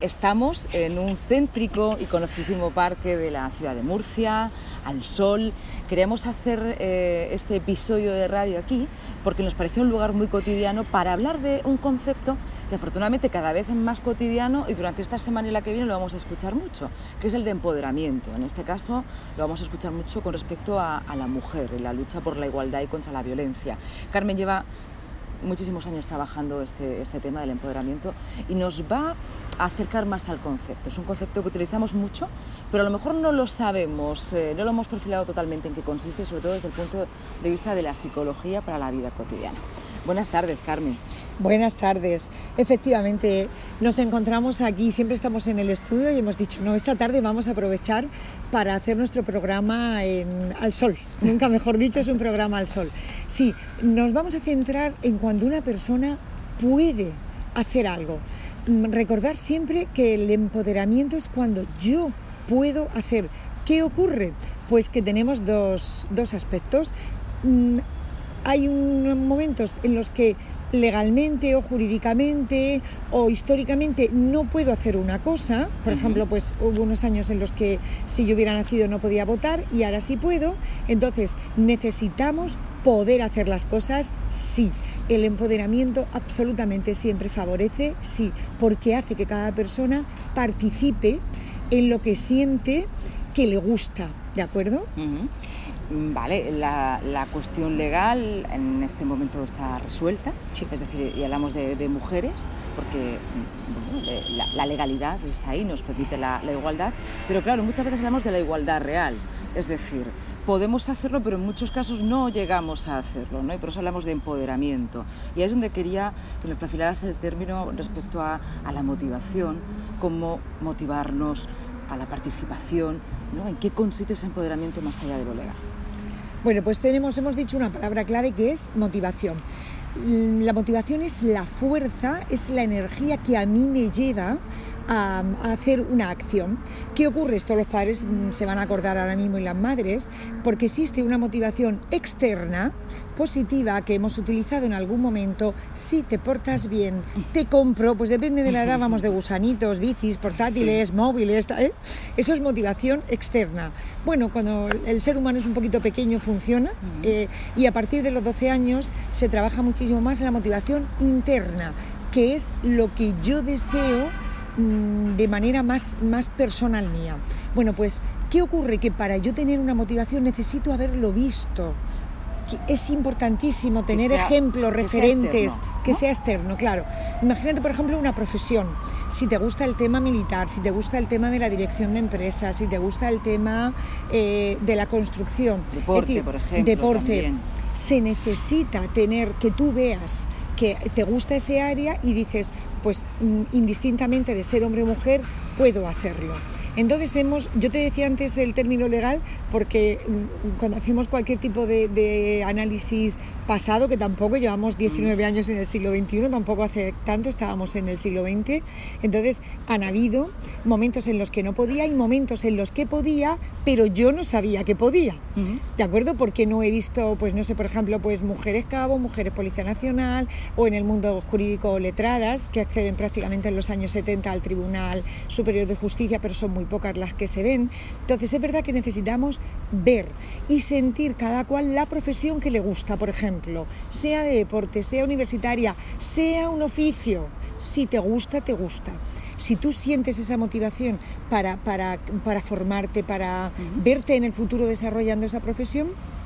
Estamos en un céntrico y conocidísimo parque de la ciudad de Murcia, al sol. Queríamos hacer este episodio de radio aquí porque nos pareció un lugar muy cotidiano para hablar de un concepto que afortunadamente cada vez es más cotidiano y durante esta semana y la que viene lo vamos a escuchar mucho, que es el de empoderamiento. En este caso lo vamos a escuchar mucho con respecto a la mujer, en la lucha por la igualdad y contra la violencia. Carmen lleva muchísimos años trabajando este tema del empoderamiento y nos va a acercar más al concepto. Es un concepto que utilizamos mucho, pero a lo mejor no lo sabemos, no lo hemos perfilado totalmente en qué consiste, sobre todo desde el punto de vista de la psicología para la vida cotidiana. Buenas tardes, Carmen. Buenas tardes. Efectivamente, nos encontramos aquí, siempre estamos en el estudio y hemos dicho, no, esta tarde vamos a aprovechar para hacer nuestro programa al sol. Nunca mejor dicho, es un programa al sol. Sí, nos vamos a centrar en cuando una persona puede hacer algo. Recordar siempre que el empoderamiento es cuando yo puedo hacer. ¿Qué ocurre? Pues que tenemos dos aspectos. Hay momentos en los que legalmente o jurídicamente o históricamente no puedo hacer una cosa. Por ejemplo, pues hubo unos años en los que si yo hubiera nacido no podía votar y ahora sí puedo. Entonces necesitamos poder hacer las cosas, sí. El empoderamiento absolutamente siempre favorece, sí, porque hace que cada persona participe en lo que siente que le gusta, ¿de acuerdo? Vale, la cuestión legal en este momento está resuelta, sí. Es decir, y hablamos de mujeres, porque bueno, la legalidad está ahí, nos permite la igualdad, pero claro, muchas veces hablamos de la igualdad real, es decir, podemos hacerlo, pero en muchos casos no llegamos a hacerlo, ¿no? Y por eso hablamos de empoderamiento. Y ahí es donde quería que nos perfilaras el término respecto a la motivación, cómo motivarnos a la participación, ¿no? ¿En qué consiste ese empoderamiento más allá de lo legal? Bueno, pues hemos dicho una palabra clave que es motivación. La motivación es la fuerza, es la energía que a mí me lleva a hacer una acción. ¿Qué ocurre? Esto los padres se van a acordar ahora mismo y las madres, porque existe una motivación externa, positiva, que hemos utilizado en algún momento. Si te portas bien, te compro, pues depende de la edad, vamos de gusanitos, bicis, portátiles, sí, móviles, eso es motivación externa. Bueno, cuando el ser humano es un poquito pequeño funciona, y a partir de los 12 años se trabaja muchísimo más en la motivación interna, que es lo que yo deseo de manera más personal mía. Bueno, pues, ¿qué ocurre? Que para yo tener una motivación necesito haberlo visto. Es importantísimo tener ejemplos, referentes, que sea externo, claro. Imagínate, por ejemplo, una profesión. Si te gusta el tema militar, si te gusta el tema de la dirección de empresas, si te gusta el tema de la construcción. Deporte, es decir, por ejemplo, deporte. También. Se necesita tener, que tú veas que te gusta ese área y dices, pues indistintamente de ser hombre o mujer, puedo hacerlo. Entonces yo te decía antes el término legal porque cuando hacemos cualquier tipo de análisis pasado, que tampoco llevamos 19 años en el siglo XXI, tampoco hace tanto, estábamos en el siglo XX, entonces han habido momentos en los que no podía y momentos en los que podía, pero yo no sabía que podía, ¿de acuerdo? Porque no he visto, pues no sé, por ejemplo, pues mujeres cabo, mujeres Policía Nacional o en el mundo jurídico letradas que acceden prácticamente en los años 70 al Tribunal Superior de Justicia, pero son muy pocas las que se ven. Entonces es verdad que necesitamos ver y sentir cada cual la profesión que le gusta, por ejemplo, sea de deporte, sea universitaria, sea un oficio. Si te gusta, te gusta. Si tú sientes esa motivación para formarte, para verte en el futuro desarrollando esa profesión,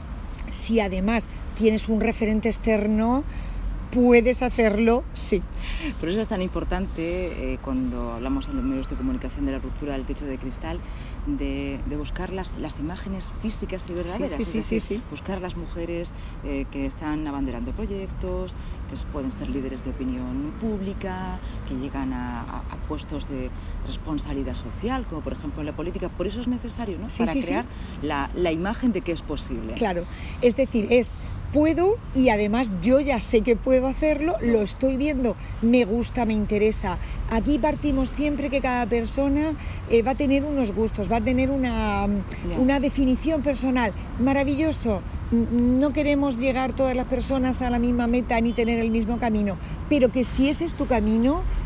si además tienes un referente externo, puedes hacerlo, sí. Por eso es tan importante cuando hablamos en los medios de comunicación de la ruptura del techo de cristal, de buscar las imágenes físicas y verdaderas. Sí. Buscar las mujeres que están abanderando proyectos, que pueden ser líderes de opinión pública, que llegan a puestos de responsabilidad social, como por ejemplo en la política. Por eso es necesario, ¿no? Para crear la imagen de que es posible. Claro, es decir, puedo y además yo ya sé que puedo hacerlo, lo estoy viendo, me gusta, me interesa. Aquí partimos siempre que cada persona va a tener unos gustos, va a tener una definición personal. Maravilloso, no queremos llegar todas las personas a la misma meta ni tener el mismo camino, pero que si ese es tu camino,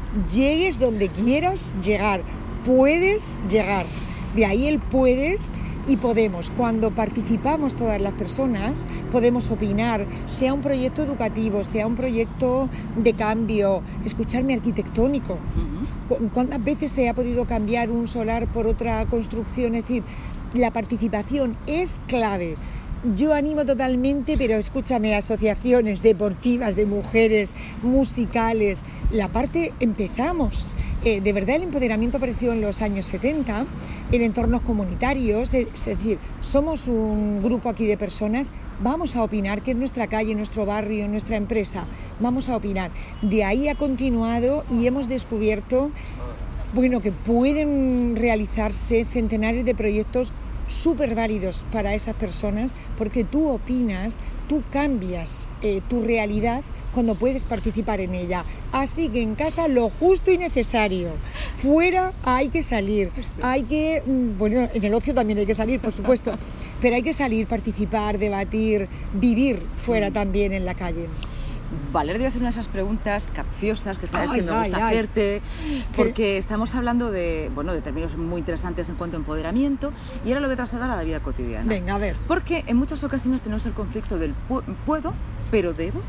llegues donde quieras llegar, puedes llegar. De ahí el puedes y podemos. Cuando participamos todas las personas, podemos opinar, sea un proyecto educativo, sea un proyecto de cambio, escucharme arquitectónico. ¿Cuántas veces se ha podido cambiar un solar por otra construcción? Es decir, la participación es clave. Yo animo totalmente, pero escúchame, asociaciones deportivas de mujeres, musicales, la parte, empezamos. De verdad el empoderamiento apareció en los años 70, en entornos comunitarios, es decir, somos un grupo aquí de personas, vamos a opinar, que es nuestra calle, nuestro barrio, nuestra empresa, vamos a opinar. De ahí ha continuado y hemos descubierto, bueno, que pueden realizarse centenares de proyectos súper válidos para esas personas, porque tú opinas, tú cambias tu realidad cuando puedes participar en ella. Así que en casa lo justo y necesario. Fuera hay que salir, hay que, bueno, en el ocio también hay que salir, por supuesto, pero hay que salir, participar, debatir, vivir fuera también en la calle. Vale, ahora te voy a hacer una de esas preguntas capciosas que sabes que me gusta hacerte, porque estamos hablando de términos muy interesantes en cuanto a empoderamiento, y ahora lo voy a trasladar a la vida cotidiana. Venga, a ver. Porque en muchas ocasiones tenemos el conflicto del puedo, pero debo.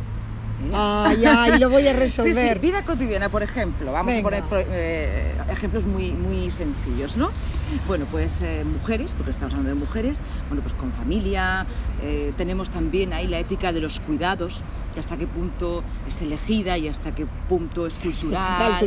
Ay, lo voy a resolver. Sí, vida cotidiana, por ejemplo. Vamos a poner ejemplos muy, muy sencillos, ¿no? Bueno, pues mujeres, porque estamos hablando de mujeres, bueno, pues con familia, tenemos también ahí la ética de los cuidados, que hasta qué punto es elegida y hasta qué punto es cultural.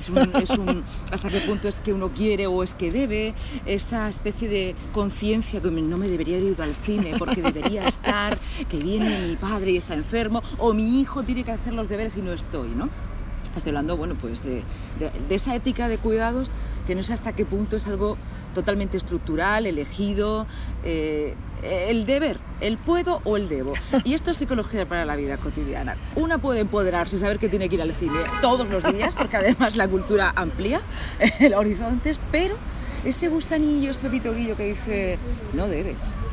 Hasta qué punto es que uno quiere o es que debe, esa especie de conciencia que no me debería haber ido al cine porque debería estar, que viene mi padre y está enfermo, o mi hijo tiene que hacer los deberes y no estoy, ¿no? Estoy hablando, bueno, pues de esa ética de cuidados, que no sé hasta qué punto es algo totalmente estructural, elegido, el deber, el puedo o el debo. Y esto es psicología para la vida cotidiana. Una puede empoderarse y saber que tiene que ir al cine todos los días, porque además la cultura amplía los horizontes, pero ese gusanillo, ese pitorillo que dice, no debes.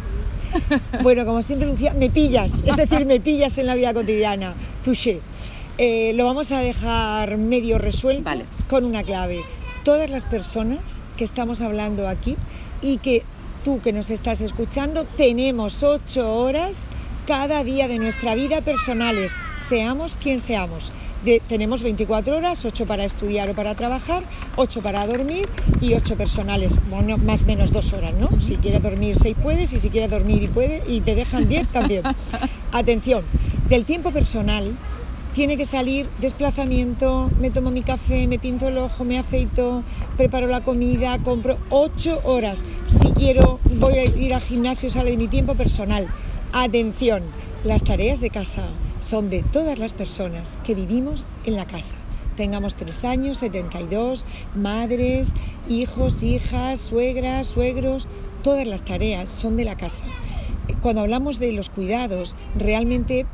Bueno, como siempre, Lucía, me pillas, es decir, me pillas en la vida cotidiana. Touché. Lo vamos a dejar medio resuelto con una clave. Todas las personas que estamos hablando aquí y que tú que nos estás escuchando, tenemos 8 horas cada día de nuestra vida personales, seamos quien seamos. Tenemos 24 horas, 8 para estudiar o para trabajar, 8 para dormir y 8 personales, bueno, más o menos 2 horas, ¿no? Si quieres dormir 6 puedes, y si quieres dormir y te dejan 10 también. Atención, del tiempo personal tiene que salir desplazamiento, me tomo mi café, me pinto el ojo, me afeito, preparo la comida, compro 8 horas. Si quiero, voy a ir al gimnasio, sale de mi tiempo personal. Atención, las tareas de casa son de todas las personas que vivimos en la casa. Tengamos 3 años, 72, madres, hijos, hijas, suegras, suegros, todas las tareas son de la casa. Cuando hablamos de los cuidados, realmente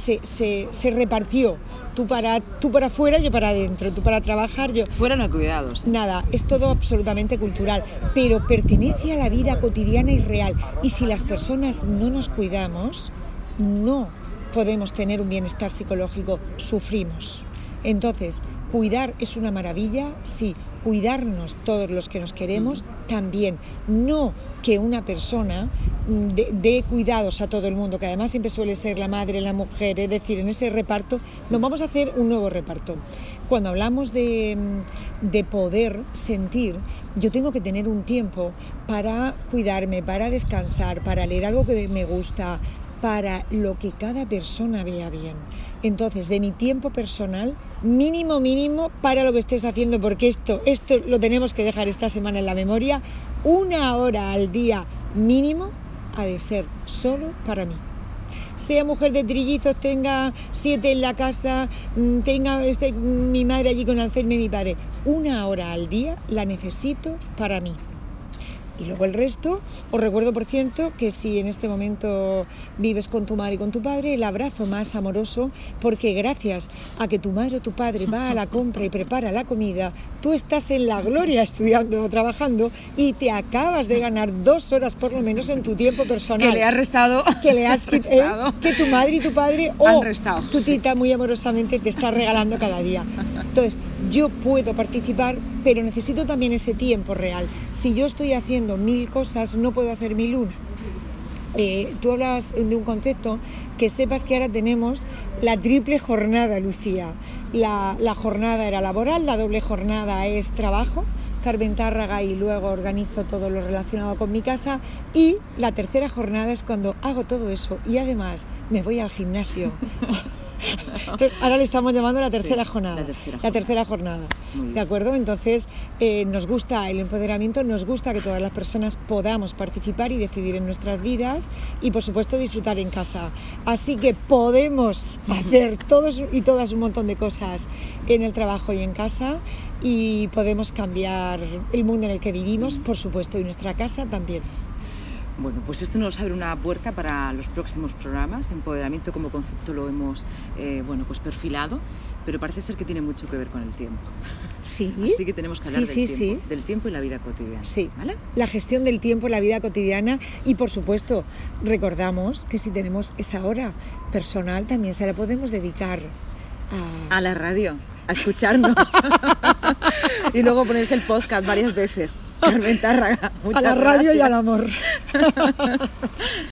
se repartió, tú para afuera, yo para adentro, tú para trabajar, yo... Fuera no hay cuidados. Nada, es todo absolutamente cultural, pero pertenece a la vida cotidiana y real. Y si las personas no nos cuidamos, no podemos tener un bienestar psicológico, sufrimos. Entonces, cuidar es una maravilla, sí. Cuidarnos todos los que nos queremos, también. No que una persona dé cuidados a todo el mundo, que además siempre suele ser la madre, la mujer, es decir, en ese reparto, nos vamos a hacer un nuevo reparto. Cuando hablamos de poder sentir, yo tengo que tener un tiempo para cuidarme, para descansar, para leer algo que me gusta, para lo que cada persona vea bien. Entonces, de mi tiempo personal, mínimo, para lo que estés haciendo, porque esto lo tenemos que dejar esta semana en la memoria, 1 hora al día mínimo ha de ser solo para mí. Sea mujer de trillizos, tenga 7 en la casa, tenga mi madre allí con Alzheimer y mi padre, 1 hora al día la necesito para mí. Y luego el resto, os recuerdo, por cierto, que si en este momento vives con tu madre y con tu padre, el abrazo más amoroso, porque gracias a que tu madre o tu padre va a la compra y prepara la comida, tú estás en la gloria estudiando o trabajando y te acabas de ganar 2 horas por lo menos en tu tiempo personal. Que le has restado. Que le has quitado. Que tu madre y tu padre o restado, tu tita muy amorosamente te está regalando cada día. Entonces, yo puedo participar, pero necesito también ese tiempo real. Si yo estoy haciendo 1000 cosas, no puedo hacer 1001. Tú hablas de un concepto, que sepas que ahora tenemos la triple jornada, Lucía. La jornada era laboral, la doble jornada es trabajo, Carmen Tárraga, y luego organizo todo lo relacionado con mi casa, y la tercera jornada es cuando hago todo eso y además me voy al gimnasio. Entonces, ahora le estamos llamando la tercera jornada. La tercera jornada. ¿De acuerdo? Entonces, nos gusta el empoderamiento, nos gusta que todas las personas podamos participar y decidir en nuestras vidas y, por supuesto, disfrutar en casa. Así que podemos hacer todos y todas un montón de cosas en el trabajo y en casa, y podemos cambiar el mundo en el que vivimos, por supuesto, y nuestra casa también. Bueno, pues esto nos abre una puerta para los próximos programas. Empoderamiento como concepto lo hemos pues perfilado, pero parece ser que tiene mucho que ver con el tiempo. Sí. Así que tenemos que hablar del tiempo y la vida cotidiana. Sí, ¿vale? La gestión del tiempo en la vida cotidiana, y por supuesto recordamos que si tenemos esa hora personal también se la podemos dedicar a la radio, a escucharnos y luego ponerse el podcast varias veces. Carmen Tárraga, a la radio gracias. y al amor.